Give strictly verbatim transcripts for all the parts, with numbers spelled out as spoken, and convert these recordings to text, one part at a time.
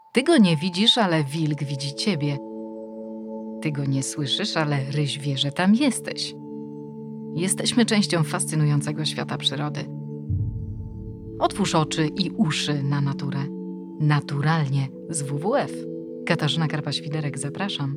Ty go nie widzisz, ale wilk widzi ciebie. Ty go nie słyszysz, ale ryś wie, że tam jesteś. Jesteśmy częścią fascynującego świata przyrody. Otwórz oczy i uszy na naturę. Naturalnie z W W F. Katarzyna Karpa-Świderek, zapraszam.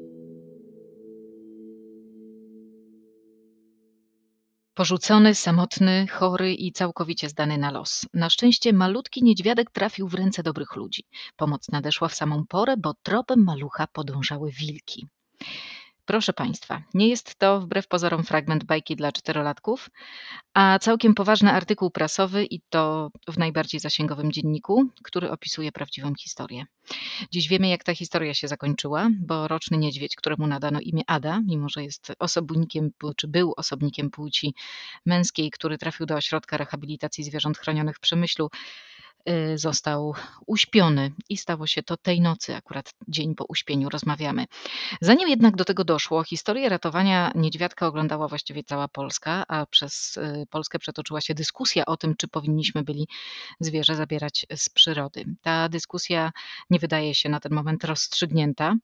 Porzucony, samotny, chory i całkowicie zdany na los. Na szczęście malutki niedźwiadek trafił w ręce dobrych ludzi. Pomoc nadeszła w samą porę, bo tropem malucha podążały wilki. Proszę Państwa, nie jest to wbrew pozorom fragment bajki dla czterolatków, a całkiem poważny artykuł prasowy i to w najbardziej zasięgowym dzienniku, który opisuje prawdziwą historię. Dziś wiemy, jak ta historia się zakończyła, bo roczny niedźwiedź, któremu nadano imię Ada, mimo że jest osobnikiem, czy był osobnikiem płci męskiej, który trafił do ośrodka rehabilitacji zwierząt chronionych w Przemyślu, został uśpiony i stało się to tej nocy, akurat dzień po uśpieniu rozmawiamy. Zanim jednak do tego doszło, historię ratowania niedźwiadka oglądała właściwie cała Polska, a przez Polskę przetoczyła się dyskusja o tym, czy powinniśmy byli zwierzę zabierać z przyrody. Ta dyskusja nie wydaje się na ten moment rozstrzygnięta,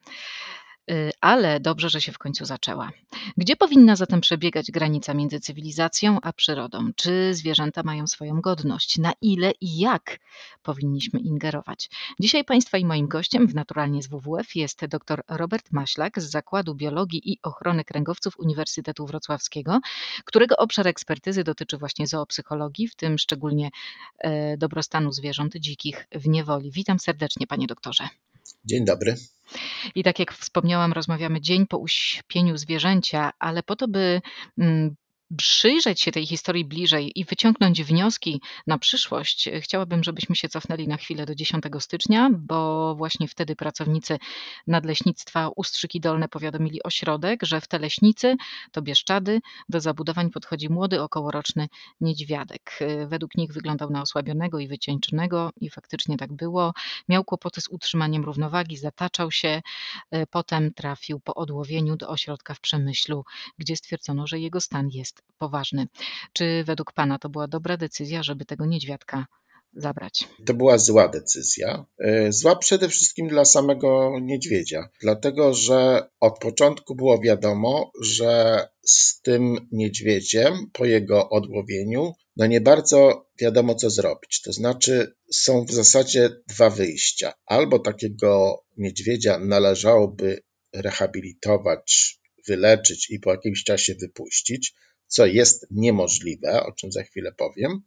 ale dobrze, że się w końcu zaczęła. Gdzie powinna zatem przebiegać granica między cywilizacją a przyrodą? Czy zwierzęta mają swoją godność? Na ile i jak powinniśmy ingerować? Dzisiaj Państwa i moim gościem w Naturalnie z W W F jest dr Robert Maślak z Zakładu Biologii i Ochrony Kręgowców Uniwersytetu Wrocławskiego, którego obszar ekspertyzy dotyczy właśnie zoopsychologii, w tym szczególnie e, dobrostanu zwierząt dzikich w niewoli. Witam serdecznie, panie doktorze. Dzień dobry. I tak jak wspomniałam, rozmawiamy dzień po uśpieniu zwierzęcia, ale po to, by mm, przyjrzeć się tej historii bliżej i wyciągnąć wnioski na przyszłość, chciałabym, żebyśmy się cofnęli na chwilę do dziesiątego stycznia, bo właśnie wtedy pracownicy Nadleśnictwa Ustrzyki Dolne powiadomili ośrodek, że w Teleśnicy, to Bieszczady, do zabudowań podchodzi młody, okołoroczny niedźwiadek. Według nich wyglądał na osłabionego i wycieńczonego i faktycznie tak było. Miał kłopoty z utrzymaniem równowagi, zataczał się, potem trafił po odłowieniu do ośrodka w Przemyślu, gdzie stwierdzono, że jego stan jest poważny. Czy według pana to była dobra decyzja, żeby tego niedźwiadka zabrać? To była zła decyzja. Zła przede wszystkim dla samego niedźwiedzia, dlatego że od początku było wiadomo, że z tym niedźwiedziem po jego odłowieniu no nie bardzo wiadomo, co zrobić. To znaczy są w zasadzie dwa wyjścia. Albo takiego niedźwiedzia należałoby rehabilitować, wyleczyć i po jakimś czasie wypuścić, co jest niemożliwe, o czym za chwilę powiem,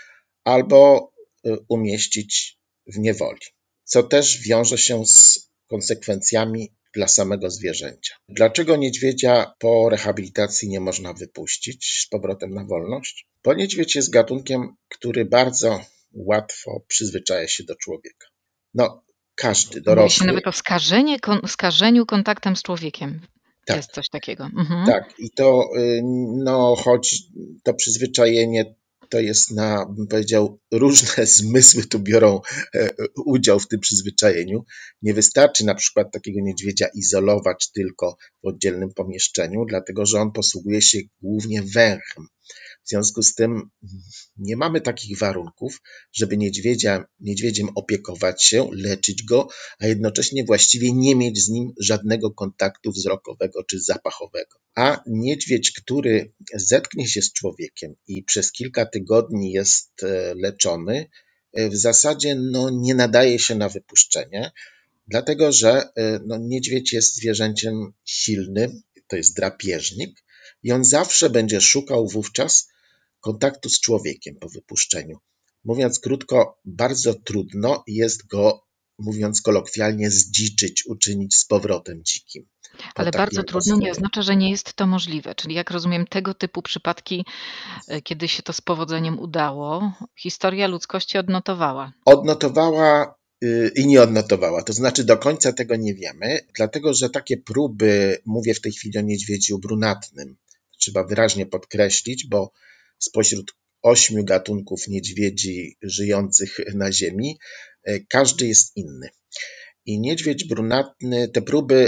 albo umieścić w niewoli, co też wiąże się z konsekwencjami dla samego zwierzęcia. Dlaczego niedźwiedzia po rehabilitacji nie można wypuścić z powrotem na wolność? Bo niedźwiedź jest gatunkiem, który bardzo łatwo przyzwyczaja się do człowieka. No, każdy Mówi się dorosły... nawet o skażenie, kon, skażeniu kontaktem z człowiekiem. Tak, jest coś takiego. Mhm. Tak, i to, no, choć to przyzwyczajenie to jest na, bym powiedział, różne zmysły tu biorą udział w tym przyzwyczajeniu. Nie wystarczy na przykład takiego niedźwiedzia izolować tylko w oddzielnym pomieszczeniu, dlatego że on posługuje się głównie węchem. W związku z tym nie mamy takich warunków, żeby niedźwiedzia, niedźwiedziem opiekować się, leczyć go, a jednocześnie właściwie nie mieć z nim żadnego kontaktu wzrokowego czy zapachowego. A niedźwiedź, który zetknie się z człowiekiem i przez kilka tygodni jest leczony, w zasadzie no, nie nadaje się na wypuszczenie, dlatego że no, niedźwiedź jest zwierzęciem silnym, to jest drapieżnik i on zawsze będzie szukał wówczas kontaktu z człowiekiem po wypuszczeniu. Mówiąc krótko, bardzo trudno jest go, mówiąc kolokwialnie, zdziczyć, uczynić z powrotem dzikim. Ale bardzo trudno nie oznacza, że nie jest to możliwe. Czyli jak rozumiem, tego typu przypadki, kiedy się to z powodzeniem udało, historia ludzkości odnotowała. Odnotowała i nie odnotowała. To znaczy do końca tego nie wiemy, dlatego że takie próby, mówię w tej chwili o niedźwiedziu brunatnym, trzeba wyraźnie podkreślić, bo spośród ośmiu gatunków niedźwiedzi żyjących na Ziemi, każdy jest inny. I niedźwiedź brunatny, te próby,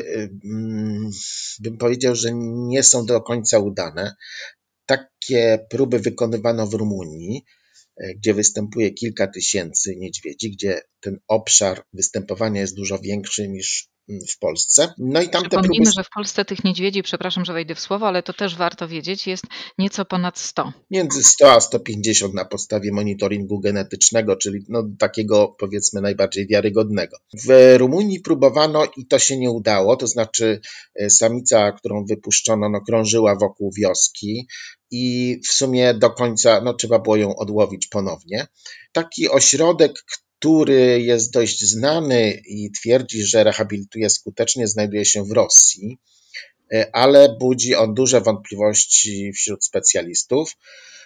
bym powiedział, że nie są do końca udane. Takie próby wykonywano w Rumunii gdzie występuje kilka tysięcy niedźwiedzi, gdzie ten obszar występowania jest dużo większy niż w Polsce. No i tam te próby... Przypomnijmy, że w Polsce tych niedźwiedzi, przepraszam, że wejdę w słowo, ale to też warto wiedzieć, jest nieco ponad sto. Między sto a sto pięćdziesiąt na podstawie monitoringu genetycznego, czyli no takiego powiedzmy najbardziej wiarygodnego. W Rumunii próbowano i to się nie udało, to znaczy samica, którą wypuszczono, no, krążyła wokół wioski i w sumie do końca no, trzeba było ją odłowić ponownie. Taki ośrodek, który jest dość znany i twierdzi, że rehabilituje skutecznie, znajduje się w Rosji, ale budzi on duże wątpliwości wśród specjalistów,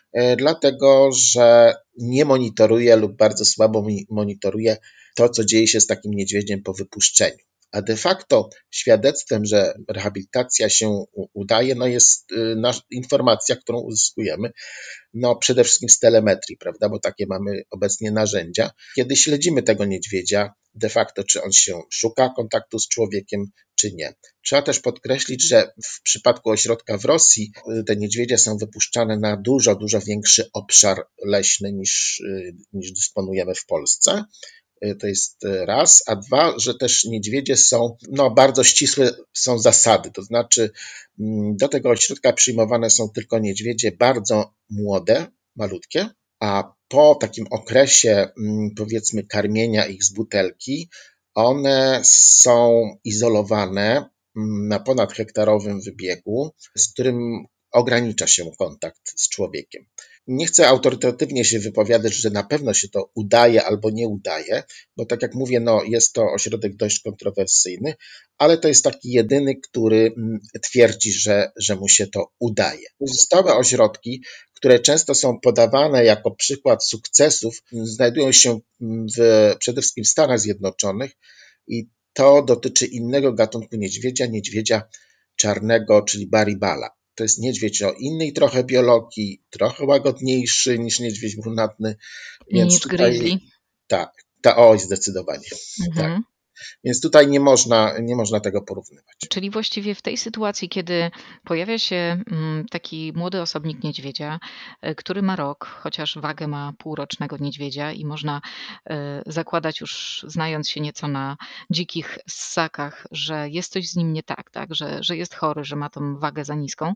dlatego że nie monitoruje lub bardzo słabo monitoruje to, co dzieje się z takim niedźwiedziem po wypuszczeniu. A de facto świadectwem, że rehabilitacja się udaje, no jest informacja, którą uzyskujemy no przede wszystkim z telemetrii, prawda, bo takie mamy obecnie narzędzia, kiedy śledzimy tego niedźwiedzia de facto, czy on się szuka kontaktu z człowiekiem, czy nie. Trzeba też podkreślić, że w przypadku ośrodka w Rosji te niedźwiedzie są wypuszczane na dużo, dużo większy obszar leśny niż, niż dysponujemy w Polsce. To jest raz, a dwa, że też niedźwiedzie są, no bardzo ścisłe są zasady, to znaczy do tego ośrodka przyjmowane są tylko niedźwiedzie bardzo młode, malutkie, a po takim okresie powiedzmy karmienia ich z butelki, one są izolowane na ponadhektarowym wybiegu, z którym ogranicza się kontakt z człowiekiem. Nie chcę autorytatywnie się wypowiadać, że na pewno się to udaje albo nie udaje, bo tak jak mówię, no jest to ośrodek dość kontrowersyjny, ale to jest taki jedyny, który twierdzi, że, że mu się to udaje. Pozostałe ośrodki, które często są podawane jako przykład sukcesów, znajdują się w, przede wszystkim w Stanach Zjednoczonych i to dotyczy innego gatunku niedźwiedzia, niedźwiedzia czarnego, czyli Baribala. To jest niedźwiedź o innej trochę biologii, trochę łagodniejszy niż niedźwiedź brunatny, więc niż tutaj grizzly. tak, ta oj zdecydowanie. Mhm. Tak. Więc tutaj nie można, nie można tego porównywać. Czyli właściwie w tej sytuacji, kiedy pojawia się taki młody osobnik niedźwiedzia, który ma rok, chociaż wagę ma półrocznego niedźwiedzia i można zakładać już, znając się nieco na dzikich ssakach, że jest coś z nim nie tak, tak? Że, że jest chory, że ma tą wagę za niską,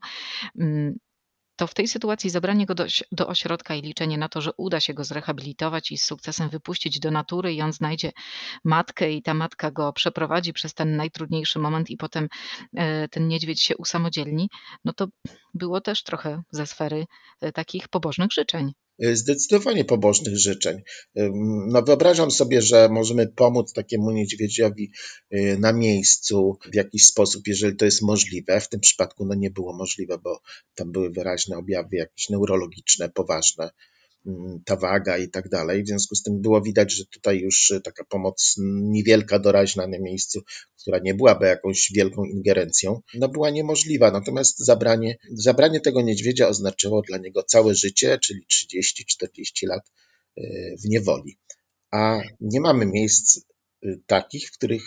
to w tej sytuacji zabranie go do, do ośrodka i liczenie na to, że uda się go zrehabilitować i z sukcesem wypuścić do natury i on znajdzie matkę i ta matka go przeprowadzi przez ten najtrudniejszy moment i potem ten niedźwiedź się usamodzielni, no to było też trochę ze sfery takich pobożnych życzeń. Zdecydowanie pobożnych życzeń. No wyobrażam sobie, że możemy pomóc takiemu niedźwiedziowi na miejscu w jakiś sposób, jeżeli to jest możliwe. W tym przypadku no nie było możliwe, bo tam były wyraźne objawy jakieś neurologiczne, poważne, ta waga i tak dalej. W związku z tym było widać, że tutaj już taka pomoc niewielka, doraźna na miejscu, która nie byłaby jakąś wielką ingerencją, no była niemożliwa. Natomiast zabranie, zabranie tego niedźwiedzia oznaczyło dla niego całe życie, czyli trzydzieści czterdzieści lat w niewoli. A nie mamy miejsc takich, w których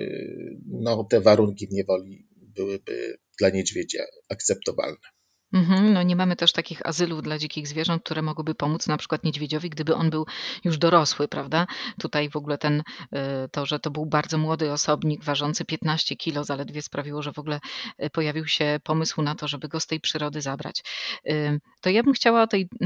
no, te warunki w niewoli byłyby dla niedźwiedzia akceptowalne. Mhm, no nie mamy też takich azylów dla dzikich zwierząt, które mogłyby pomóc na przykład niedźwiedziowi, gdyby on był już dorosły, prawda? Tutaj w ogóle ten, to, że to był bardzo młody osobnik ważący piętnaście kilo zaledwie sprawiło, że w ogóle pojawił się pomysł na to, żeby go z tej przyrody zabrać. To ja bym chciała o tej,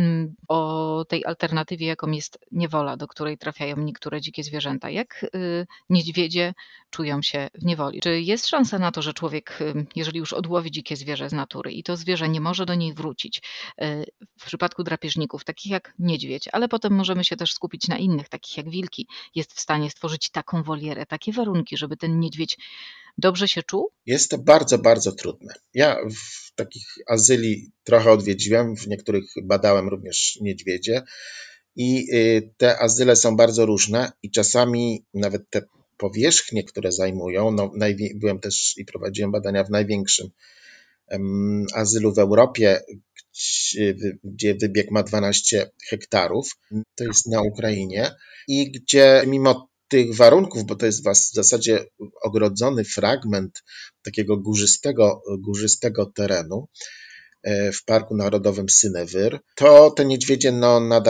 o tej alternatywie, jaką jest niewola, do której trafiają niektóre dzikie zwierzęta. Jak niedźwiedzie czują się w niewoli? Czy jest szansa na to, że człowiek, jeżeli już odłowi dzikie zwierzę z natury i to zwierzę nie może do niej wrócić, w przypadku drapieżników, takich jak niedźwiedź, ale potem możemy się też skupić na innych, takich jak wilki, jest w stanie stworzyć taką wolierę, takie warunki, żeby ten niedźwiedź dobrze się czuł? Jest to bardzo, bardzo trudne. Ja w takich azyli trochę odwiedziłem, w niektórych badałem również niedźwiedzie i te azyle są bardzo różne i czasami nawet te powierzchnie, które zajmują, no, byłem też i prowadziłem badania w największym azylu w Europie, gdzie wybieg ma dwanaście hektarów, to jest na Ukrainie i gdzie mimo tych warunków, bo to jest w zasadzie ogrodzony fragment takiego górzystego, górzystego terenu w Parku Narodowym Synewyr, to te niedźwiedzie no, nadal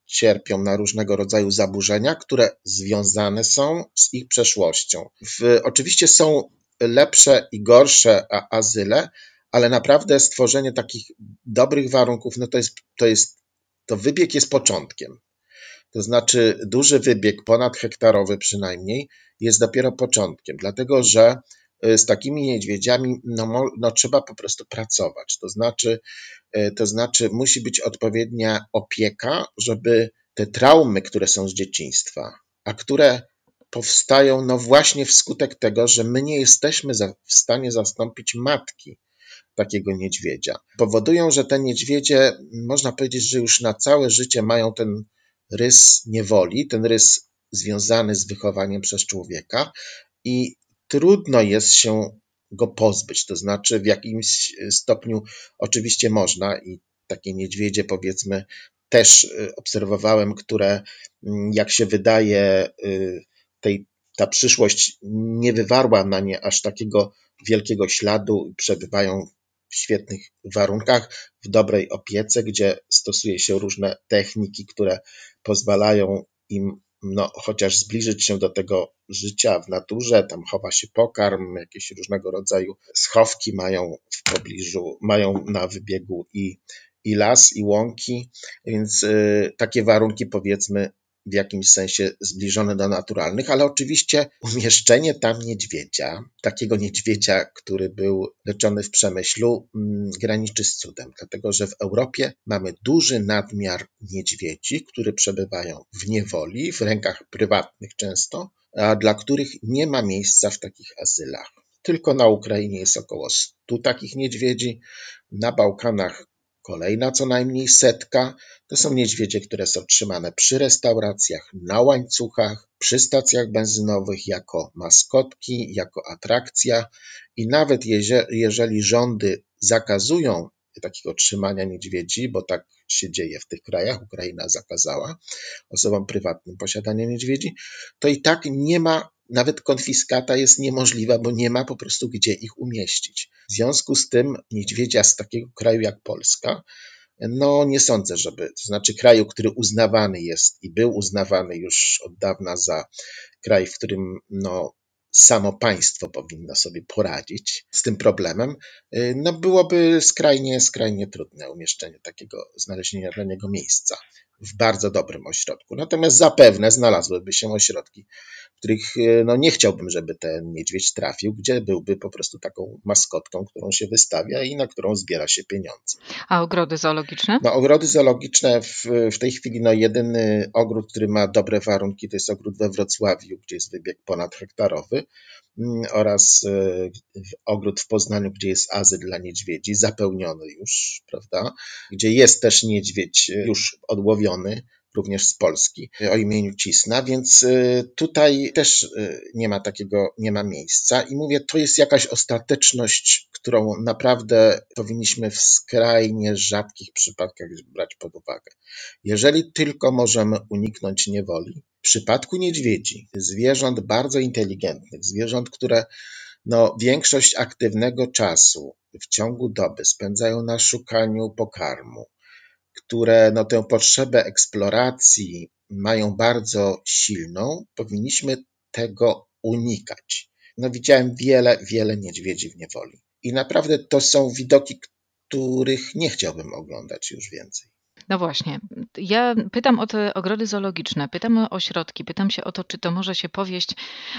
cierpią na różnego rodzaju zaburzenia, które związane są z ich przeszłością. W, oczywiście są lepsze i gorsze a, azyle, ale naprawdę stworzenie takich dobrych warunków, no to jest, to jest, to wybieg jest początkiem. To znaczy duży wybieg, ponadhektarowy przynajmniej, jest dopiero początkiem, dlatego że z takimi niedźwiedziami no, no, trzeba po prostu pracować. To znaczy, to znaczy musi być odpowiednia opieka, żeby te traumy, które są z dzieciństwa, a które powstają no właśnie wskutek tego, że my nie jesteśmy w stanie zastąpić matki takiego niedźwiedzia, powodują, że te niedźwiedzie, można powiedzieć, że już na całe życie mają ten rys niewoli, ten rys związany z wychowaniem przez człowieka i trudno jest się go pozbyć, to znaczy w jakimś stopniu oczywiście można i takie niedźwiedzie, powiedzmy, też obserwowałem, które, jak się wydaje, tej, ta przyszłość nie wywarła na nie aż takiego wielkiego śladu, przebywają w świetnych warunkach, w dobrej opiece, gdzie stosuje się różne techniki, które pozwalają im no, chociaż zbliżyć się do tego życia w naturze, tam chowa się pokarm, jakieś różnego rodzaju schowki mają w pobliżu, mają na wybiegu i, i las, i łąki, więc y, takie warunki, powiedzmy, w jakimś sensie zbliżone do naturalnych, ale oczywiście umieszczenie tam niedźwiedzia, takiego niedźwiedzia, który był leczony w Przemyślu, graniczy z cudem, dlatego że w Europie mamy duży nadmiar niedźwiedzi, które przebywają w niewoli, w rękach prywatnych często, a dla których nie ma miejsca w takich azylach. Tylko na Ukrainie jest około stu takich niedźwiedzi, na Bałkanach kolejna co najmniej setka. To są niedźwiedzie, które są trzymane przy restauracjach, na łańcuchach, przy stacjach benzynowych jako maskotki, jako atrakcja i nawet jeżeli rządy zakazują takiego trzymania niedźwiedzi, bo tak się dzieje w tych krajach, Ukraina zakazała osobom prywatnym posiadania niedźwiedzi, to i tak nie ma, nawet konfiskata jest niemożliwa, bo nie ma po prostu gdzie ich umieścić. W związku z tym niedźwiedzia z takiego kraju jak Polska, no nie sądzę, żeby, to znaczy kraju, który uznawany jest i był uznawany już od dawna za kraj, w którym no, samo państwo powinno sobie poradzić z tym problemem, no byłoby skrajnie, skrajnie trudne umieszczenie takiego, znalezienia dla niego miejsca w bardzo dobrym ośrodku. Natomiast zapewne znalazłyby się ośrodki, w których no, nie chciałbym, żeby ten niedźwiedź trafił, gdzie byłby po prostu taką maskotką, którą się wystawia i na którą zbiera się pieniądze. A ogrody zoologiczne? No, ogrody zoologiczne w, w tej chwili no, jedyny ogród, który ma dobre warunki, to jest ogród we Wrocławiu, gdzie jest wybieg ponadhektarowy, oraz ogród w Poznaniu, gdzie jest azyl dla niedźwiedzi, zapełniony już, prawda, gdzie jest też niedźwiedź już odłowiony, również z Polski, o imieniu Cisna, więc tutaj też nie ma takiego, nie ma miejsca i mówię, to jest jakaś ostateczność, którą naprawdę powinniśmy w skrajnie rzadkich przypadkach brać pod uwagę. Jeżeli tylko możemy uniknąć niewoli, w przypadku niedźwiedzi, zwierząt bardzo inteligentnych, zwierząt, które no, większość aktywnego czasu w ciągu doby spędzają na szukaniu pokarmu, które no, tę potrzebę eksploracji mają bardzo silną, powinniśmy tego unikać. No, widziałem wiele, wiele niedźwiedzi w niewoli i naprawdę to są widoki, których nie chciałbym oglądać już więcej. No właśnie. Ja pytam o te ogrody zoologiczne, pytam o ośrodki, pytam się o to, czy to może się powieść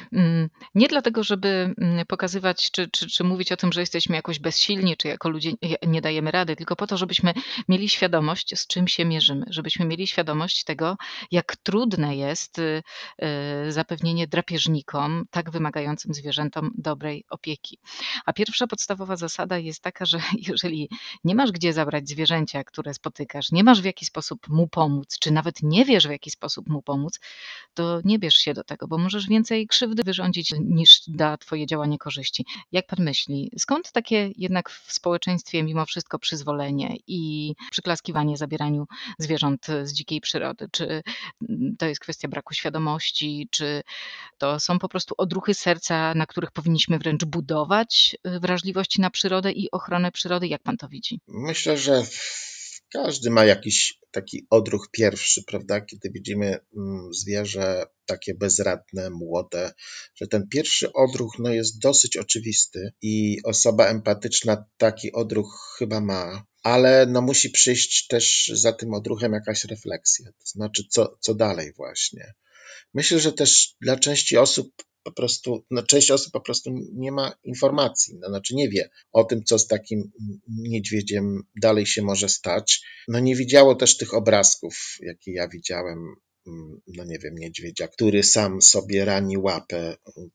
nie dlatego, żeby pokazywać, czy, czy, czy mówić o tym, że jesteśmy jakoś bezsilni, czy jako ludzie nie dajemy rady, tylko po to, żebyśmy mieli świadomość, z czym się mierzymy, żebyśmy mieli świadomość tego, jak trudne jest zapewnienie drapieżnikom, tak wymagającym zwierzętom dobrej opieki. A pierwsza podstawowa zasada jest taka, że jeżeli nie masz gdzie zabrać zwierzęcia, które spotykasz, nie masz w jaki sposób mu pomóc, czy nawet nie wiesz, w jaki sposób mu pomóc, to nie bierz się do tego, bo możesz więcej krzywdy wyrządzić, niż da twoje działanie korzyści. Jak pan myśli, skąd takie jednak w społeczeństwie mimo wszystko przyzwolenie i przyklaskiwanie zabieraniu zwierząt z dzikiej przyrody? Czy to jest kwestia braku świadomości, czy to są po prostu odruchy serca, na których powinniśmy wręcz budować wrażliwość na przyrodę i ochronę przyrody? Jak pan to widzi? Myślę, że Każdy ma jakiś taki odruch pierwszy, prawda? Kiedy widzimy mm, zwierzę takie bezradne, młode, że ten pierwszy odruch no, jest dosyć oczywisty i osoba empatyczna taki odruch chyba ma, ale no, musi przyjść też za tym odruchem jakaś refleksja, to znaczy co, co dalej właśnie. Myślę, że też dla części osób po prostu, no część osób po prostu nie ma informacji, no znaczy nie wie o tym, co z takim niedźwiedziem dalej się może stać. No nie widziało też tych obrazków, jakie ja widziałem, no nie wiem, niedźwiedzia, który sam sobie rani łapę,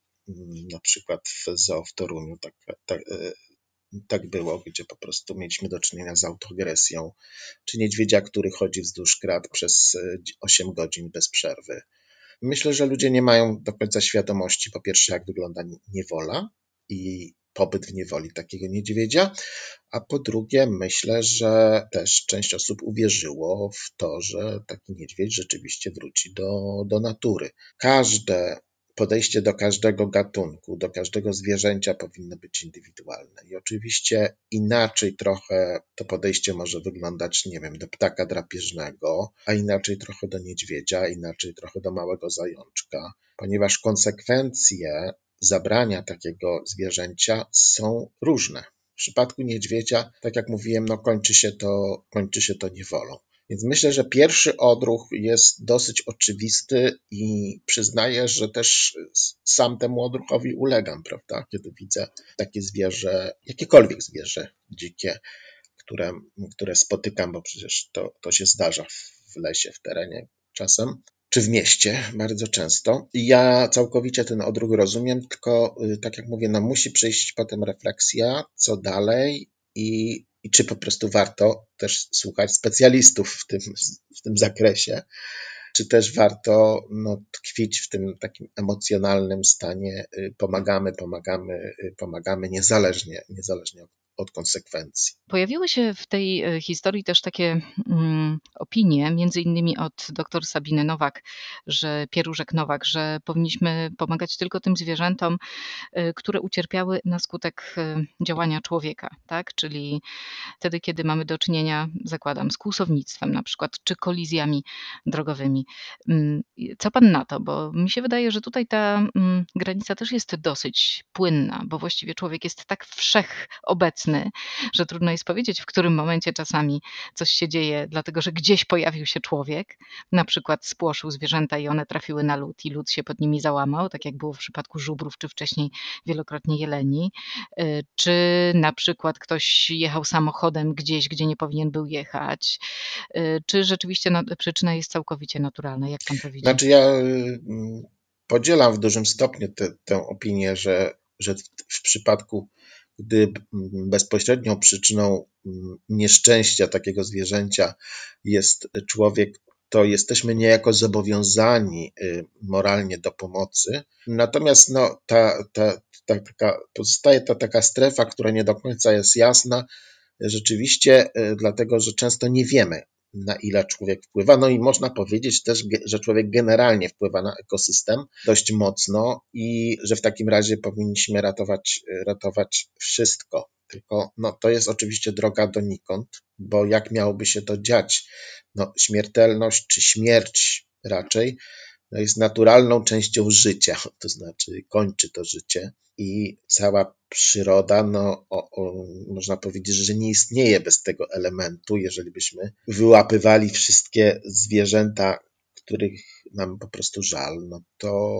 na przykład w zoo w Toruniu, tak, tak, tak było, gdzie po prostu mieliśmy do czynienia z autoagresją, czy niedźwiedzia, który chodzi wzdłuż krat przez osiem godzin bez przerwy. Myślę, że ludzie nie mają do końca świadomości, po pierwsze, jak wygląda niewola i pobyt w niewoli takiego niedźwiedzia, a po drugie, myślę, że też część osób uwierzyło w to, że taki niedźwiedź rzeczywiście wróci do, do natury. Każde podejście do każdego gatunku, do każdego zwierzęcia powinno być indywidualne. I oczywiście inaczej trochę to podejście może wyglądać, nie wiem, do ptaka drapieżnego, a inaczej trochę do niedźwiedzia, inaczej trochę do małego zajączka, ponieważ konsekwencje zabrania takiego zwierzęcia są różne. W przypadku niedźwiedzia, tak jak mówiłem, no kończy się to, kończy się to niewolą. Więc myślę, że pierwszy odruch jest dosyć oczywisty i przyznaję, że też sam temu odruchowi ulegam, prawda? Kiedy widzę takie zwierzę, jakiekolwiek zwierzę dzikie, które, które spotykam, bo przecież to, to się zdarza w lesie, w terenie czasem, czy w mieście bardzo często. I ja całkowicie ten odruch rozumiem, tylko tak jak mówię, no musi przyjść potem refleksja, co dalej i, i czy po prostu warto też słuchać specjalistów w tym, w tym zakresie, czy też warto no, tkwić w tym takim emocjonalnym stanie, pomagamy, pomagamy, pomagamy, niezależnie, niezależnie od, od konsekwencji. Pojawiły się w tej e, historii też takie mm, opinie, między innymi od dr Sabiny Nowak, że Pieruszek Nowak, że powinniśmy pomagać tylko tym zwierzętom, e, które ucierpiały na skutek e, działania człowieka, tak? Czyli wtedy, kiedy mamy do czynienia, zakładam, z kłusownictwem na przykład, czy kolizjami drogowymi. Mm, Co pan na to? Bo mi się wydaje, że tutaj ta mm, granica też jest dosyć płynna, bo właściwie człowiek jest tak wszechobecny, że trudno jest powiedzieć, w którym momencie czasami coś się dzieje, dlatego że gdzieś pojawił się człowiek, na przykład spłoszył zwierzęta i one trafiły na lód i lód się pod nimi załamał, tak jak było w przypadku żubrów, czy wcześniej wielokrotnie jeleni, y, czy na przykład ktoś jechał samochodem gdzieś, gdzie nie powinien był jechać, y, czy rzeczywiście na, przyczyna jest całkowicie naturalna, jak pan to widzi? Znaczy ja y, podzielam w dużym stopniu te, tę opinię, że, że w, w przypadku, gdy bezpośrednią przyczyną nieszczęścia takiego zwierzęcia jest człowiek, to jesteśmy niejako zobowiązani y, moralnie do pomocy. Natomiast no, ta, ta, ta, taka, pozostaje ta taka strefa, która nie do końca jest jasna, rzeczywiście, y, dlatego że często nie wiemy, na ile człowiek wpływa. No i można powiedzieć też, że człowiek generalnie wpływa na ekosystem dość mocno i że w takim razie powinniśmy ratować, ratować wszystko. Tylko no, to jest oczywiście droga donikąd, bo jak miałoby się to dziać? No, śmiertelność czy śmierć raczej no, jest naturalną częścią życia, to znaczy kończy to życie i cała przyroda, no, o, o, można powiedzieć, że nie istnieje bez tego elementu. Jeżeli byśmy wyłapywali wszystkie zwierzęta, których nam po prostu żal, no to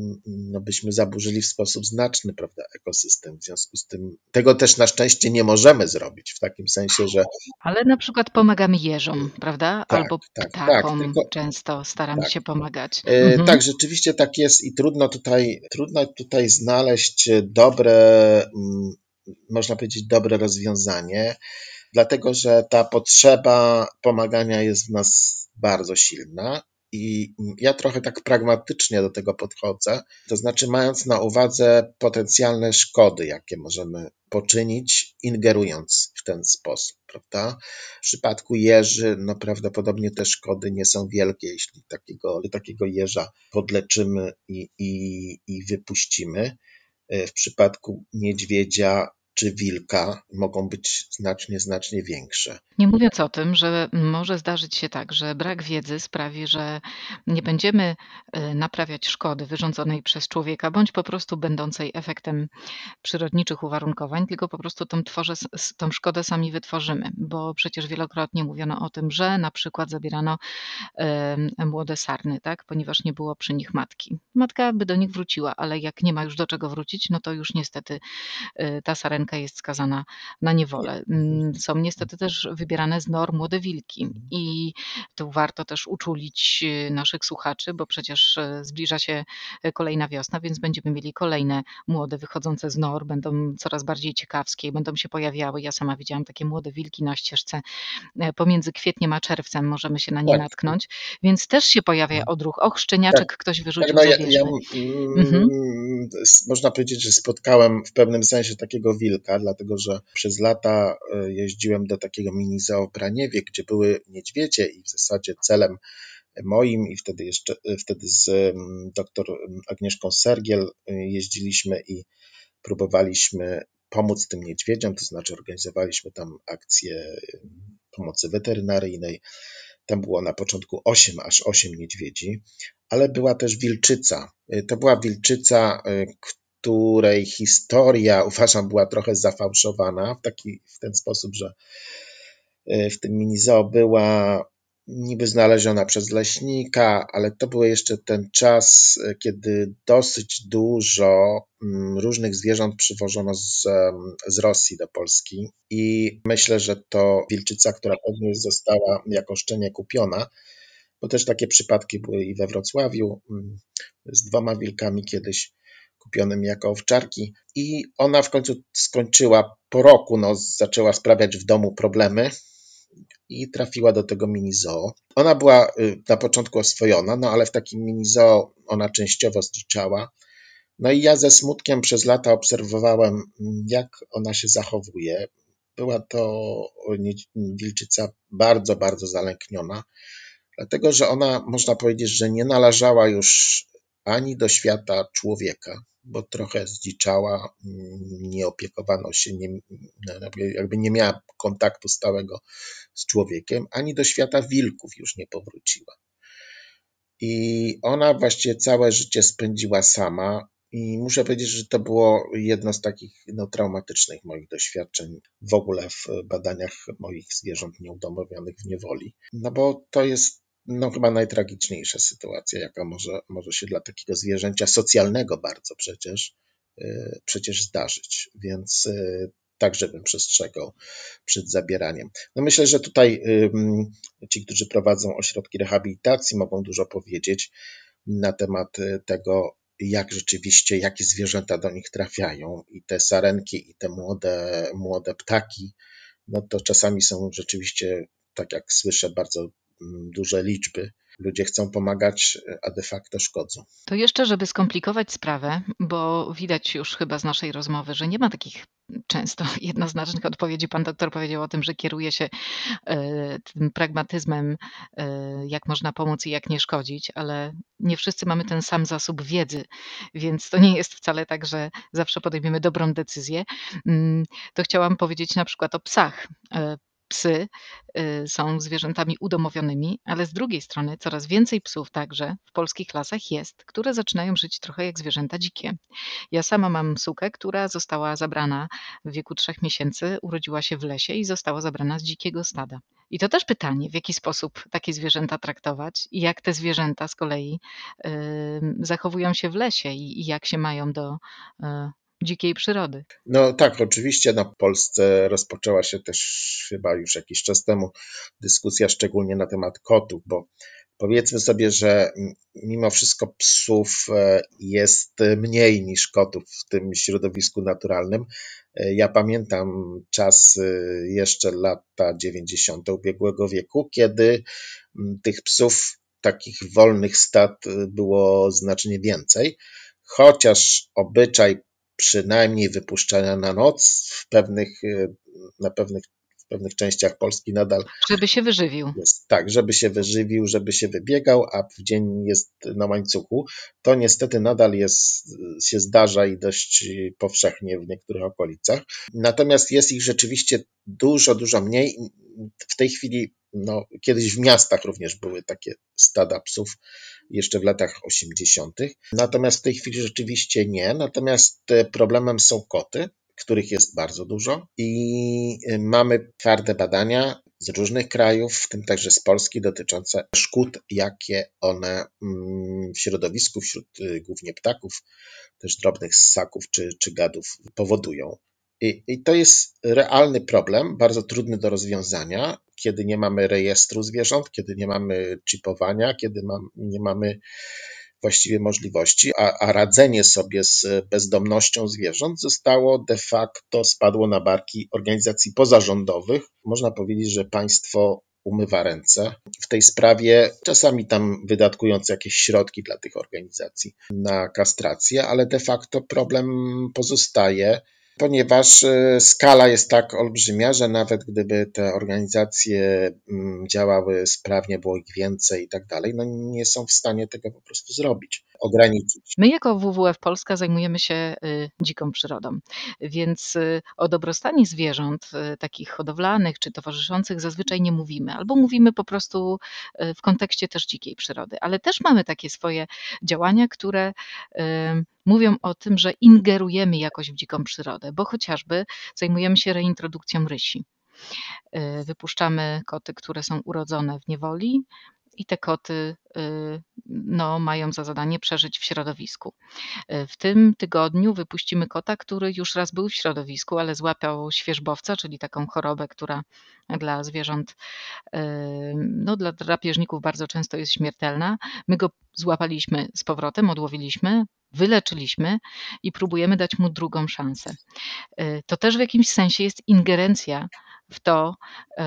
no byśmy zaburzyli w sposób znaczny, prawda, ekosystem. W związku z tym tego też na szczęście nie możemy zrobić w takim sensie, że Ale na przykład pomagamy jeżom, prawda? tak, Albo tak, tak, ptakom tylko często staramy tak. się pomagać. E, Mhm. Tak, rzeczywiście tak jest i trudno tutaj, trudno tutaj znaleźć dobre, mm, można powiedzieć, dobre rozwiązanie, dlatego że ta potrzeba pomagania jest w nas bardzo silna. I ja trochę tak pragmatycznie do tego podchodzę, to znaczy mając na uwadze potencjalne szkody, jakie możemy poczynić, ingerując w ten sposób, prawda? W przypadku jeży, no prawdopodobnie te szkody nie są wielkie, jeśli takiego, takiego jeża podleczymy i, i, i wypuścimy. W przypadku niedźwiedzia czy wilka mogą być znacznie, znacznie większe. Nie mówiąc o tym, że może zdarzyć się tak, że brak wiedzy sprawi, że nie będziemy, y, naprawiać szkody wyrządzonej przez człowieka, bądź po prostu będącej efektem przyrodniczych uwarunkowań, tylko po prostu tą tworze s s tą szkodę sami wytworzymy. Bo przecież wielokrotnie mówiono o tym, że na przykład zabierano, em, młode sarny, tak, ponieważ nie było przy nich matki. Matka by do nich wróciła, ale jak nie ma już do czego wrócić, no to już niestety, y, ta sarenka jest skazana na niewolę. Mm, są niestety też wybierane z nor młode wilki i tu warto też uczulić, y, naszych słuchaczy, bo przecież, y, zbliża się, y, kolejna wiosna, więc będziemy mieli kolejne młode wychodzące z nor, będą coraz bardziej ciekawskie, będą się pojawiały. Ja sama widziałam takie młode wilki na ścieżce, e, pomiędzy kwietniem a czerwcem możemy się na nie Tak, natknąć, więc też się pojawia odruch: "Och, tak, szczeniaczek ktoś tak, wyrzucił, no ja, ja zabierzmy". Mhm. mm, s- można powiedzieć, że spotkałem w pewnym sensie takiego wilka, dlatego że przez lata e, jeździłem do takiego mini zoo w Braniewie, gdzie były niedźwiedzie i w zasadzie celem moim i wtedy jeszcze wtedy z mm, doktor Agnieszką Sergiel e, jeździliśmy i próbowaliśmy pomóc tym niedźwiedziom, to znaczy organizowaliśmy tam akcję pomocy weterynaryjnej. Tam było na początku osiem, aż osiem niedźwiedzi, ale była też wilczyca. To była wilczyca, której historia, uważam, była trochę zafałszowana w taki, w ten sposób, że w tym mini zoo była niby znaleziona przez leśnika, ale to był jeszcze ten czas, kiedy dosyć dużo różnych zwierząt przywożono z, z Rosji do Polski i myślę, że to wilczyca, która pewnie została jako szczenie kupiona, bo też takie przypadki były i we Wrocławiu z dwoma wilkami kiedyś kupionymi jako owczarki i ona w końcu skończyła po roku, no, zaczęła sprawiać w domu problemy i trafiła do tego mini zoo. Ona była na początku oswojona, no ale w takim mini zoo ona częściowo zdziczała. No i ja ze smutkiem przez lata obserwowałem, jak ona się zachowuje. Była to wilczyca bardzo, bardzo zalękniona, dlatego że ona, można powiedzieć, że nie należała już ani do świata człowieka, bo trochę zdziczała, nie opiekowano się, nie, jakby nie miała kontaktu stałego z człowiekiem, ani do świata wilków już nie powróciła. I ona właściwie całe życie spędziła sama i muszę powiedzieć, że to było jedno z takich no, traumatycznych moich doświadczeń w ogóle w badaniach moich zwierząt nieudomowionych w niewoli. No bo to jest no, chyba najtragiczniejsza sytuacja, jaka może, może się dla takiego zwierzęcia socjalnego bardzo przecież, yy, przecież zdarzyć. Więc yy, także bym przestrzegał przed zabieraniem. No myślę, że tutaj yy, ci, którzy prowadzą ośrodki rehabilitacji, mogą dużo powiedzieć na temat tego, jak rzeczywiście, jakie zwierzęta do nich trafiają i te sarenki, i te młode, młode ptaki, no to czasami są rzeczywiście, tak jak słyszę, bardzo duże liczby. Ludzie chcą pomagać, a de facto szkodzą. To jeszcze, żeby skomplikować sprawę, bo widać już chyba z naszej rozmowy, że nie ma takich często jednoznacznych odpowiedzi. Pan doktor powiedział o tym, że kieruje się, e, tym pragmatyzmem, e, jak można pomóc i jak nie szkodzić, ale nie wszyscy mamy ten sam zasób wiedzy, więc to nie jest wcale tak, że zawsze podejmiemy dobrą decyzję. Mm, to chciałam powiedzieć na przykład o psach. E, Psy, y, są zwierzętami udomowionymi, ale z drugiej strony coraz więcej psów także w polskich lasach jest, które zaczynają żyć trochę jak zwierzęta dzikie. Ja sama mam sukę, która została zabrana w wieku trzech miesięcy, urodziła się w lesie i została zabrana z dzikiego stada. I to też pytanie, w jaki sposób takie zwierzęta traktować i jak te zwierzęta z kolei, ym, zachowują się w lesie i i jak się mają do, y, dzikiej przyrody. No tak, oczywiście na Polsce rozpoczęła się też chyba już jakiś czas temu dyskusja szczególnie na temat kotów, bo powiedzmy sobie, że mimo wszystko psów jest mniej niż kotów w tym środowisku naturalnym. Ja pamiętam czas jeszcze lata dziewięćdziesiąte ubiegłego wieku, kiedy tych psów, takich wolnych stad było znacznie więcej, chociaż obyczaj przynajmniej wypuszczania na noc w pewnych, na pewnych w pewnych częściach Polski nadal Żeby się wyżywił. jest tak, żeby się wyżywił, żeby się wybiegał, a w dzień jest na łańcuchu. To niestety nadal jest, się zdarza i dość powszechnie w niektórych okolicach. Natomiast jest ich rzeczywiście dużo, dużo mniej. W tej chwili, no, kiedyś w miastach również były takie stada psów, jeszcze w latach osiemdziesiątych. Natomiast w tej chwili rzeczywiście nie. Natomiast problemem są koty, których jest bardzo dużo i mamy twarde badania z różnych krajów, w tym także z Polski, dotyczące szkód, jakie one w środowisku, wśród głównie ptaków, też drobnych ssaków czy, czy gadów powodują. I, I to jest realny problem, bardzo trudny do rozwiązania, kiedy nie mamy rejestru zwierząt, kiedy nie mamy chipowania, kiedy mam, nie mamy właściwie możliwości, a, a radzenie sobie z bezdomnością zwierząt zostało de facto, spadło na barki organizacji pozarządowych. Można powiedzieć, że państwo umywa ręce w tej sprawie, czasami tam wydatkując jakieś środki dla tych organizacji na kastrację, ale de facto problem pozostaje, ponieważ skala jest tak olbrzymia, że nawet gdyby te organizacje działały sprawnie, było ich więcej i tak dalej, no nie są w stanie tego po prostu zrobić, ograniczyć. My jako W W F Polska zajmujemy się y, dziką przyrodą, więc y, o dobrostanie zwierząt, y, takich hodowlanych czy towarzyszących zazwyczaj nie mówimy, albo mówimy po prostu y, w kontekście też dzikiej przyrody, ale też mamy takie swoje działania, które y, mówią o tym, że ingerujemy jakoś w dziką przyrodę, bo chociażby zajmujemy się reintrodukcją rysi. Y, Wypuszczamy koty, które są urodzone w niewoli i te koty y, no, mają za zadanie przeżyć w środowisku. Y, W tym tygodniu wypuścimy kota, który już raz był w środowisku, ale złapał świerzbowca, czyli taką chorobę, która dla zwierząt, y, no dla drapieżników bardzo często jest śmiertelna. My go złapaliśmy z powrotem, odłowiliśmy, wyleczyliśmy i próbujemy dać mu drugą szansę. Y, To też w jakimś sensie jest ingerencja w to, y,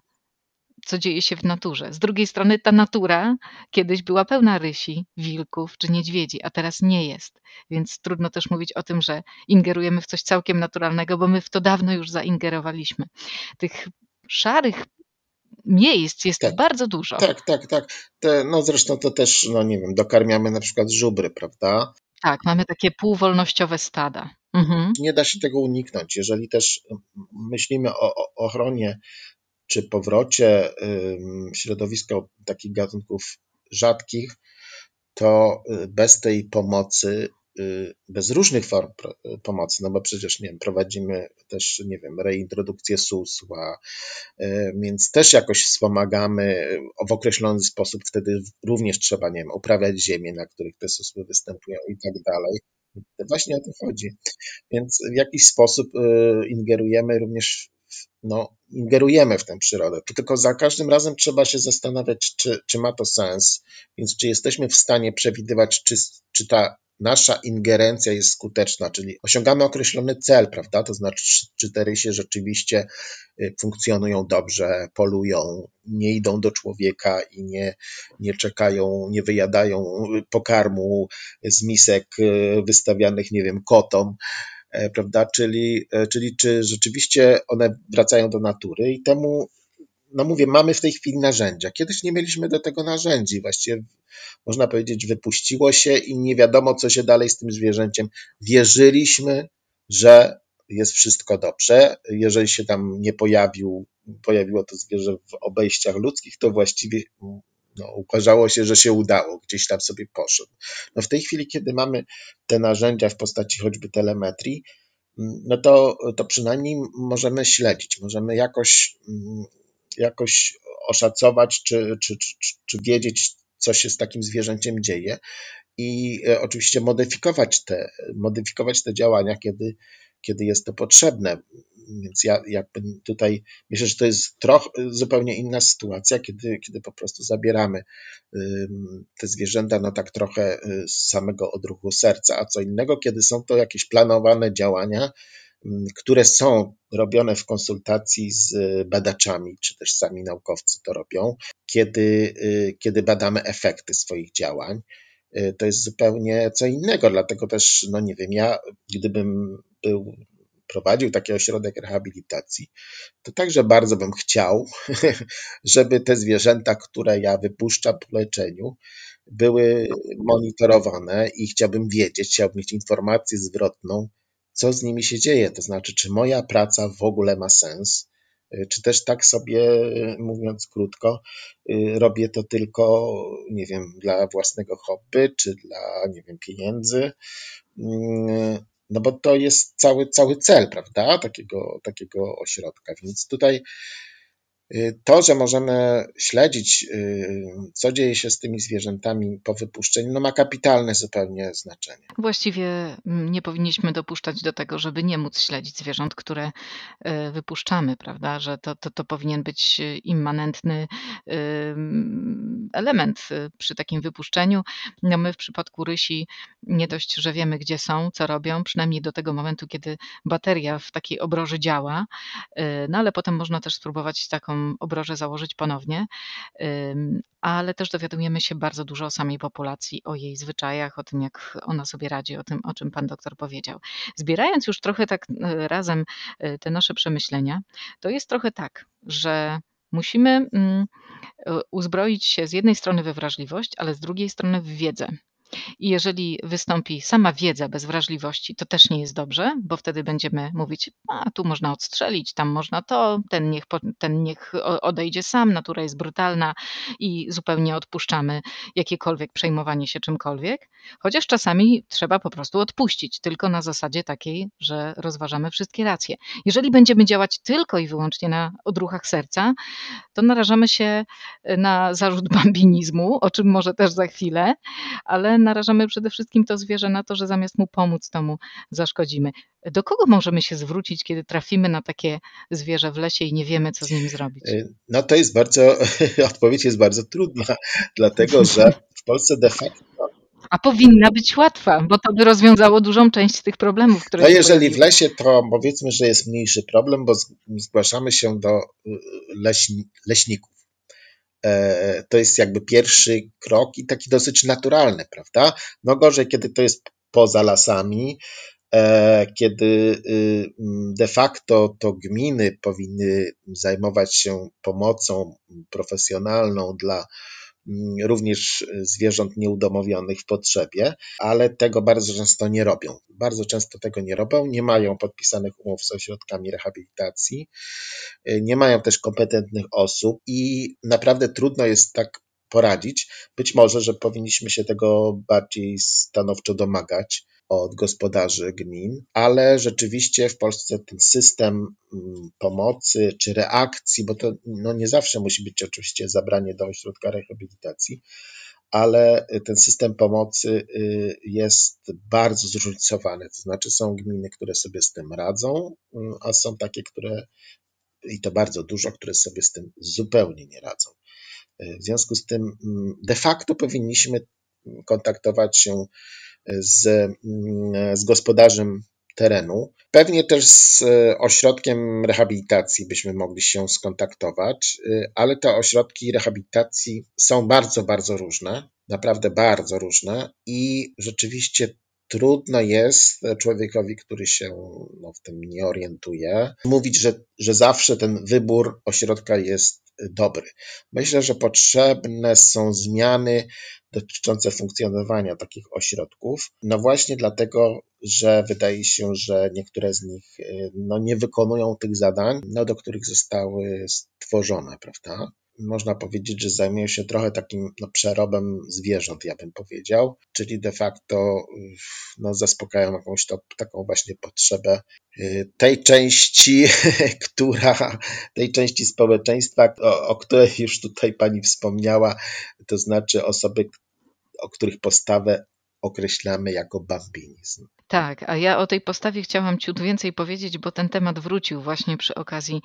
co dzieje się w naturze. Z drugiej strony ta natura kiedyś była pełna rysi, wilków czy niedźwiedzi, a teraz nie jest. Więc trudno też mówić o tym, że ingerujemy w coś całkiem naturalnego, bo my w to dawno już zaingerowaliśmy. Tych szarych miejsc jest Tak, bardzo dużo. tak, tak, tak. Te, no zresztą to też, no nie wiem, dokarmiamy na przykład żubry, prawda? Tak, mamy takie półwolnościowe stada. Mhm. Nie da się tego uniknąć. Jeżeli też myślimy o, o ochronie czy powrocie środowiska takich gatunków rzadkich, to bez tej pomocy, bez różnych form pomocy, no bo przecież nie wiem, prowadzimy też, nie wiem, reintrodukcję susła, więc też jakoś wspomagamy w określony sposób, wtedy również trzeba, nie wiem, uprawiać ziemię, na których te susły występują i tak dalej. Właśnie o to chodzi. Więc w jakiś sposób ingerujemy również, no, ingerujemy w tę przyrodę. To tylko za każdym razem trzeba się zastanawiać, czy, czy ma to sens, więc czy jesteśmy w stanie przewidywać, czy, czy ta nasza ingerencja jest skuteczna, czyli osiągamy określony cel, prawda? To znaczy, czy te rysie rzeczywiście funkcjonują dobrze, polują, nie idą do człowieka i nie, nie czekają, nie wyjadają pokarmu z misek wystawianych, nie wiem, kotom, prawda? Czyli, czyli czy rzeczywiście one wracają do natury i temu, no mówię, mamy w tej chwili narzędzia. Kiedyś nie mieliśmy do tego narzędzi. Właściwie można powiedzieć, wypuściło się i nie wiadomo, co się dalej z tym zwierzęciem. Wierzyliśmy, że jest wszystko dobrze. Jeżeli się tam nie pojawił, pojawiło to zwierzę w obejściach ludzkich, to właściwie no, ukazało się, że się udało, gdzieś tam sobie poszedł. No w tej chwili, kiedy mamy te narzędzia w postaci choćby telemetrii, no to, to przynajmniej możemy śledzić, możemy jakoś, jakoś oszacować, czy, czy, czy, czy wiedzieć, co się z takim zwierzęciem dzieje i oczywiście modyfikować te, modyfikować te działania, kiedy, kiedy jest to potrzebne. Więc ja jakby tutaj myślę, że to jest trochę zupełnie inna sytuacja, kiedy, kiedy po prostu zabieramy te zwierzęta no tak trochę z samego odruchu serca, a co innego, kiedy są to jakieś planowane działania, które są robione w konsultacji z badaczami, czy też sami naukowcy to robią, kiedy, kiedy badamy efekty swoich działań. To jest zupełnie co innego, dlatego też, no nie wiem, ja gdybym był prowadził taki ośrodek rehabilitacji, to także bardzo bym chciał, żeby te zwierzęta, które ja wypuszczam po leczeniu, były monitorowane i chciałbym wiedzieć, chciałbym mieć informację zwrotną, co z nimi się dzieje. To znaczy, czy moja praca w ogóle ma sens, czy też tak sobie, mówiąc krótko, robię to tylko, nie wiem, dla własnego hobby, czy dla, nie wiem, pieniędzy. No bo to jest cały, cały cel, prawda, takiego, takiego ośrodka. Więc tutaj to, że możemy śledzić, co dzieje się z tymi zwierzętami po wypuszczeniu, no ma kapitalne zupełnie znaczenie. Właściwie mm, nie powinniśmy dopuszczać do tego, żeby nie móc śledzić zwierząt, które e, wypuszczamy, prawda? Że to, to, to powinien być e, immanentny ym, element e, przy takim wypuszczeniu. No my w przypadku rysi nie dość, że wiemy, gdzie są, co robią, przynajmniej do tego momentu, kiedy bateria w takiej obroży działa, e, no ale potem można też spróbować taką obrożę założyć ponownie. Ym, ale też dowiadujemy się bardzo dużo o samej populacji, o jej zwyczajach, o tym, jak ona sobie radzi, o tym, o czym pan doktor powiedział. Zbierając już trochę tak e, razem e, te nasze przemyślenia, to jest trochę tak, że musimy mm, e, uzbroić się z jednej strony we wrażliwość, ale z drugiej strony w wiedzę. I jeżeli wystąpi sama wiedza bez wrażliwości, to też nie jest dobrze, bo wtedy będziemy mówić, a tu można odstrzelić, tam można to, ten niech, po- ten niech o- odejdzie sam, natura jest brutalna i zupełnie odpuszczamy jakiekolwiek przejmowanie się czymkolwiek. Chociaż czasami trzeba po prostu odpuścić, tylko na zasadzie takiej, że rozważamy wszystkie racje. Jeżeli będziemy działać tylko i wyłącznie na odruchach serca, to narażamy się na zarzut bambinizmu, o czym może też za chwilę, ale narażamy przede wszystkim to zwierzę na to, że zamiast mu pomóc, to mu zaszkodzimy. Do kogo możemy się zwrócić, kiedy trafimy na takie zwierzę w lesie i nie wiemy, co z nim zrobić? No to jest bardzo, odpowiedź jest bardzo trudna, dlatego że w Polsce de facto, A powinna być łatwa, bo to by rozwiązało dużą część z tych problemów, które no się jeżeli w pojawiły. lesie, to powiedzmy, że jest mniejszy problem, bo zgłaszamy się do leśni, leśników. To jest jakby pierwszy krok i taki dosyć naturalny, prawda? No gorzej, kiedy to jest poza lasami, kiedy de facto to gminy powinny zajmować się pomocą profesjonalną dla również zwierząt nieudomowionych w potrzebie, ale tego bardzo często nie robią. Bardzo często tego nie robią, nie mają podpisanych umów z ośrodkami rehabilitacji, nie mają też kompetentnych osób i naprawdę trudno jest tak poradzić. Być może, że powinniśmy się tego bardziej stanowczo domagać od gospodarzy gmin, ale rzeczywiście w Polsce ten system pomocy czy reakcji, bo to no nie zawsze musi być oczywiście zabranie do ośrodka rehabilitacji, ale ten system pomocy jest bardzo zróżnicowany. To znaczy są gminy, które sobie z tym radzą, a są takie, które i to bardzo dużo, które sobie z tym zupełnie nie radzą. W związku z tym de facto powinniśmy kontaktować się z, z gospodarzem terenu. Pewnie też z ośrodkiem rehabilitacji byśmy mogli się skontaktować, ale te ośrodki rehabilitacji są bardzo, bardzo różne, naprawdę bardzo różne i rzeczywiście trudno jest człowiekowi, który się no, w tym nie orientuje, mówić, że, że zawsze ten wybór ośrodka jest dobry. Myślę, że potrzebne są zmiany dotyczące funkcjonowania takich ośrodków. No właśnie dlatego, że wydaje się, że niektóre z nich no, nie wykonują tych zadań, no, do których zostały stworzone, prawda? Można powiedzieć, że zajmują się trochę takim no, przerobem zwierząt, ja bym powiedział, czyli de facto no, zaspokajają jakąś to, taką właśnie potrzebę tej części, która, tej części społeczeństwa, o, o której już tutaj pani wspomniała, to znaczy osoby, o których postawę określamy jako bambinizm. Tak, a ja o tej postawie chciałam ciut więcej powiedzieć, bo ten temat wrócił właśnie przy okazji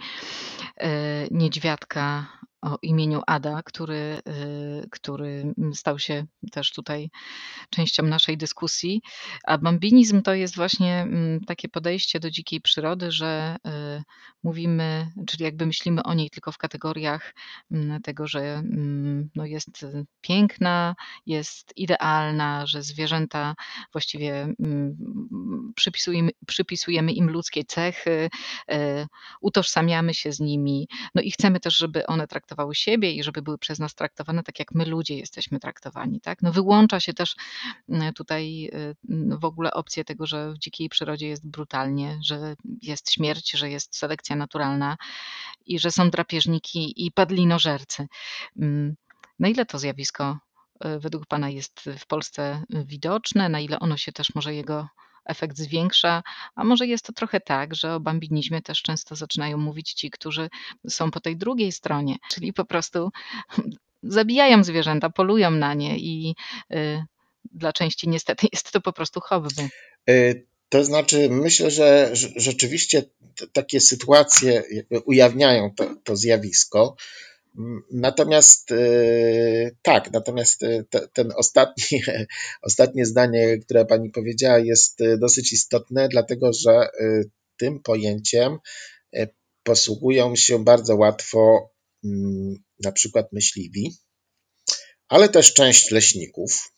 e, niedźwiadka o imieniu Ada, który, e, który stał się też tutaj częścią naszej dyskusji. A bambinizm to jest właśnie mm, takie podejście do dzikiej przyrody, że y, mówimy, czyli jakby myślimy o niej tylko w kategoriach mm, tego, że mm, no jest y, piękna, jest idealna, że zwierzęta właściwie mm, przypisujemy przypisujemy im ludzkie cechy, e, utożsamiamy się z nimi, no i chcemy też, żeby one traktowały siebie i żeby były przez nas traktowane tak, jak my ludzie jesteśmy traktowani, tak. No wyłącza się też, mm, tutaj, y, n w ogóle opcję tego, że w dzikiej przyrodzie jest brutalnie, że jest śmierć, że jest selekcja naturalna i że są drapieżniki i padlinożercy. Mm, na ile to zjawisko, y, według pana jest w Polsce widoczne? Na ile ono się też może jego efekt zwiększa? A może jest to trochę tak, że o bambinizmie też często zaczynają mówić ci, którzy są po tej drugiej stronie, czyli po prostu zabijają zwierzęta, polują na nie i, y, dla części niestety jest to po prostu hobby. Y, To znaczy, myślę, że że rzeczywiście t takie sytuacje jakby ujawniają to to zjawisko. Mm, natomiast, y, tak, natomiast, y, te ten ostatni ostatnie zdanie, które pani powiedziała, jest, y, dosyć istotne, dlatego że, y, tym pojęciem, y, posługują się bardzo łatwo, mm, na przykład myśliwi, ale też część leśników.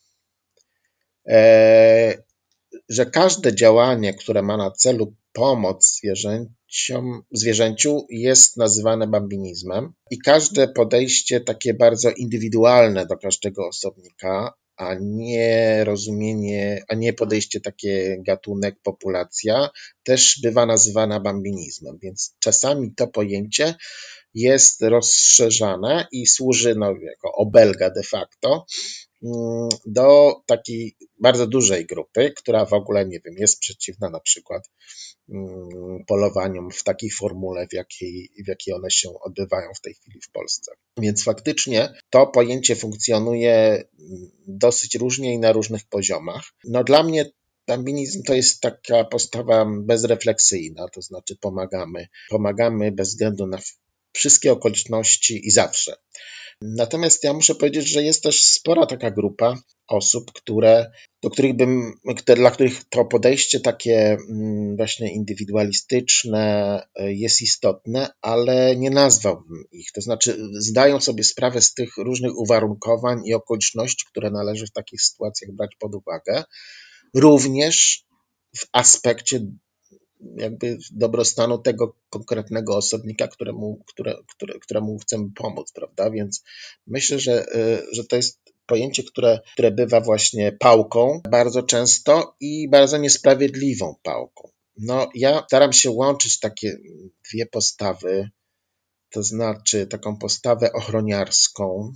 E, że każde działanie, które ma na celu pomoc zwierzęciom, zwierzęciu, jest nazywane bambinizmem i każde podejście takie bardzo indywidualne do każdego osobnika, a nie rozumienie, a nie podejście takie gatunek, populacja, też bywa nazywana bambinizmem. Więc czasami to pojęcie jest rozszerzane i służy no, jako obelga de facto do takiej bardzo dużej grupy, która w ogóle, nie wiem, jest przeciwna na przykład polowaniom w takiej formule, w jakiej, w jakiej one się odbywają w tej chwili w Polsce. Więc faktycznie to pojęcie funkcjonuje dosyć różnie i na różnych poziomach. No dla mnie bambinizm to jest taka postawa bezrefleksyjna, to znaczy pomagamy, pomagamy bez względu na wszystkie okoliczności i zawsze. Natomiast ja muszę powiedzieć, że jest też spora taka grupa osób, które, do których bym, dla których to podejście takie właśnie indywidualistyczne jest istotne, ale nie nazwałbym ich. To znaczy zdają sobie sprawę z tych różnych uwarunkowań i okoliczności, które należy w takich sytuacjach brać pod uwagę, również w aspekcie jakby dobrostanu tego konkretnego osobnika, któremu, które, które, któremu chcemy pomóc, prawda? Więc myślę, że, że to jest pojęcie, które, które bywa właśnie pałką bardzo często i bardzo niesprawiedliwą pałką. No, ja staram się łączyć takie dwie postawy, to znaczy taką postawę ochroniarską,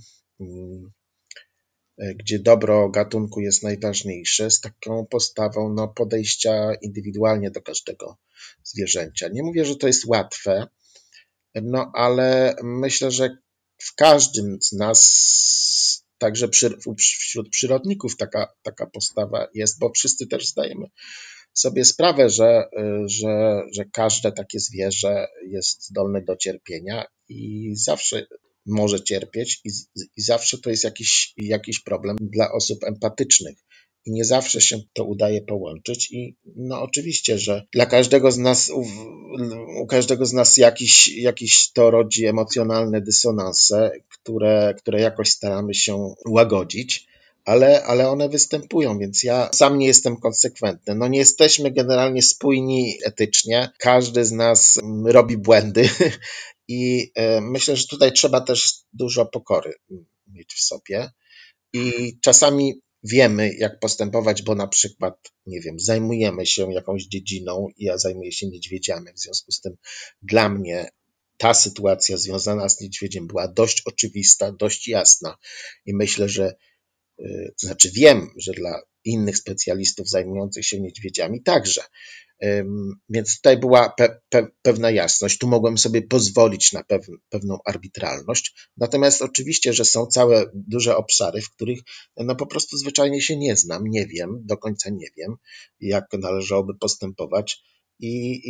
gdzie dobro gatunku jest najważniejsze, z taką postawą no, podejścia indywidualnie do każdego zwierzęcia. Nie mówię, że to jest łatwe, no ale myślę, że w każdym z nas, także przy, wśród przyrodników taka, taka postawa jest, bo wszyscy też zdajemy sobie sprawę, że, że, że każde takie zwierzę jest zdolne do cierpienia i zawsze może cierpieć i, i zawsze to jest jakiś, jakiś problem dla osób empatycznych. I nie zawsze się to udaje połączyć i no oczywiście, że dla każdego z nas, u, u każdego z nas jakiś, jakiś to rodzi emocjonalne dysonanse, które, które jakoś staramy się łagodzić. Ale, ale one występują, więc ja sam nie jestem konsekwentny. No nie jesteśmy generalnie spójni etycznie. Każdy z nas robi błędy i myślę, że tutaj trzeba też dużo pokory mieć w sobie. I czasami wiemy, jak postępować, bo na przykład, nie wiem, zajmujemy się jakąś dziedziną i ja zajmuję się niedźwiedziami. W związku z tym dla mnie ta sytuacja związana z niedźwiedziem była dość oczywista, dość jasna i myślę, że to znaczy wiem, że dla innych specjalistów zajmujących się niedźwiedziami także. Więc tutaj była pe, pe, pewna jasność, tu mogłem sobie pozwolić na pew, pewną arbitralność. Natomiast oczywiście, że są całe duże obszary, w których no po prostu zwyczajnie się nie znam, nie wiem, do końca nie wiem, jak należałoby postępować i, i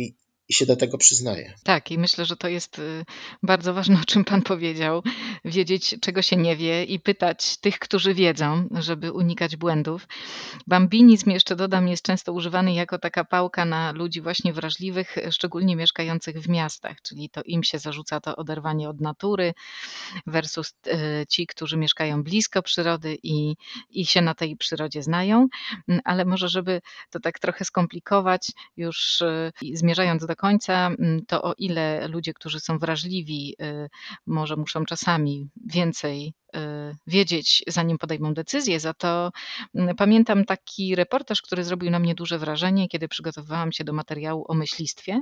i się do tego przyznaje. Tak, i myślę, że to jest y, bardzo ważne, o czym pan powiedział. Wiedzieć, czego się nie wie i pytać tych, którzy wiedzą, żeby unikać błędów. Bambinizm, jeszcze dodam, jest często używany jako taka pałka na ludzi właśnie wrażliwych, szczególnie mieszkających w miastach, czyli to im się zarzuca to oderwanie od natury versus e, ci, którzy mieszkają blisko przyrody i, i się na tej przyrodzie znają. Mm, Ale może, żeby to tak trochę skomplikować, już e, i zmierzając do końca, mm, to o ile ludzie, którzy są wrażliwi, e, może muszą czasami więcej e, wiedzieć, zanim podejmą decyzję, za to mm, pamiętam taki reportaż, który zrobił na mnie duże wrażenie, kiedy przygotowywałam się do materiału o myślistwie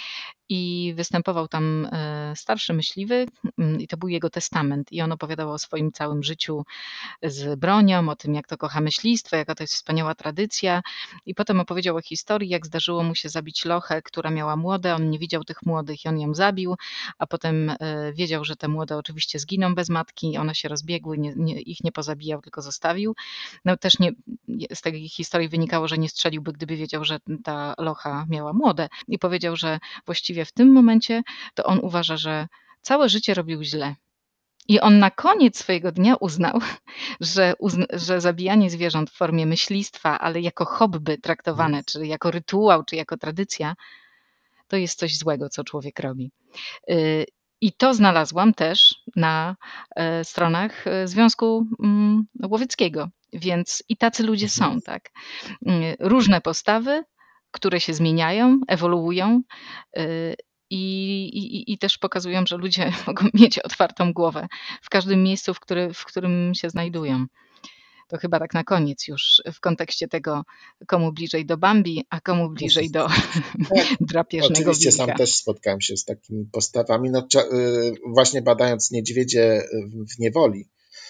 i występował tam e, starszy myśliwy mm, i to był jego testament i on opowiadał o swoim całym życiu z bronią, o tym, jak to kocha myślistwo, jaka to jest wspaniała tradycja. I potem opowiedział o historii, jak zdarzyło mu się zabić lochę, która miała młode. On nie widział tych młodych i on ją zabił, a potem e, wiedział, że te młode oczywiście zginą bez matki. One się rozbiegły, nie, nie, ich nie pozabijał, tylko zostawił. No też nie, z tej historii wynikało, że nie strzeliłby, gdyby wiedział, że ta locha miała młode. I powiedział, że właściwie w tym momencie to on uważa, że całe życie robił źle. I on na koniec swojego dnia uznał, że, uzn- że zabijanie zwierząt w formie myślistwa, ale jako hobby traktowane, czy jako rytuał, czy jako tradycja, to jest coś złego, co człowiek robi. Y, I to znalazłam też na e, stronach e, Związku mm, Łowieckiego. Więc i tacy ludzie Mhm. są, tak. Y, Różne postawy, które się zmieniają, ewoluują. y, I, i, I też pokazują, że ludzie mogą mieć otwartą głowę w każdym miejscu, w, który, w którym się znajdują. To chyba tak na koniec już w kontekście tego, komu bliżej do Bambi, a komu bliżej do Tak, drapieżnego oczywiście sam wilka. też spotkałem się z takimi postawami. No, cza- y, właśnie badając niedźwiedzie w niewoli,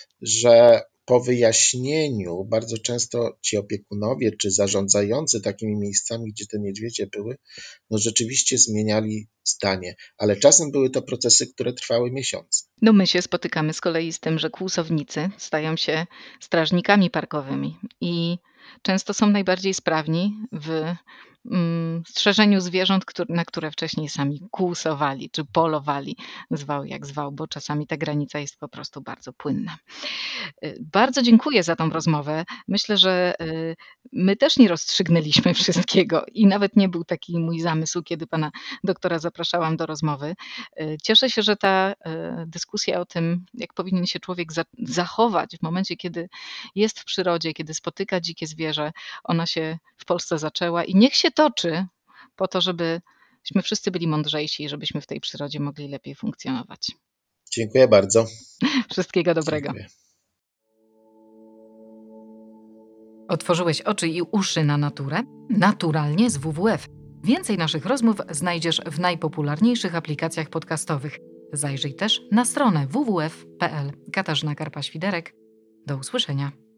że po wyjaśnieniu bardzo często ci opiekunowie czy zarządzający takimi miejscami, gdzie te niedźwiedzie były, no rzeczywiście zmieniali zdanie, ale czasem były to procesy, które trwały miesiące. No my się spotykamy z kolei z tym, że kłusownicy stają się strażnikami parkowymi i często są najbardziej sprawni w mm, strzeżeniu zwierząt, któr- na które wcześniej sami kłusowali czy polowali, zwał jak zwał, bo czasami ta granica jest po prostu bardzo płynna. Y, Bardzo dziękuję za tą rozmowę. Myślę, że y, my też nie rozstrzygnęliśmy wszystkiego i nawet nie był taki mój zamysł, kiedy pana doktora zapraszałam do rozmowy. Y, Cieszę się, że ta y, dyskusja o tym, jak powinien się człowiek za- zachować w momencie, kiedy jest w przyrodzie, kiedy spotyka dzikie zwierzę, ona się w Polsce zaczęła i niech się toczy po to, żebyśmy wszyscy byli mądrzejsi i żebyśmy w tej przyrodzie mogli lepiej funkcjonować. Dziękuję bardzo. Wszystkiego dobrego. Dziękuję. Otworzyłeś oczy i uszy na naturę? Naturalnie z W W F. Więcej naszych rozmów znajdziesz w najpopularniejszych aplikacjach podcastowych. Zajrzyj też na stronę w w f kropka p l. Katarzyna Karpa-Świderek. Do usłyszenia.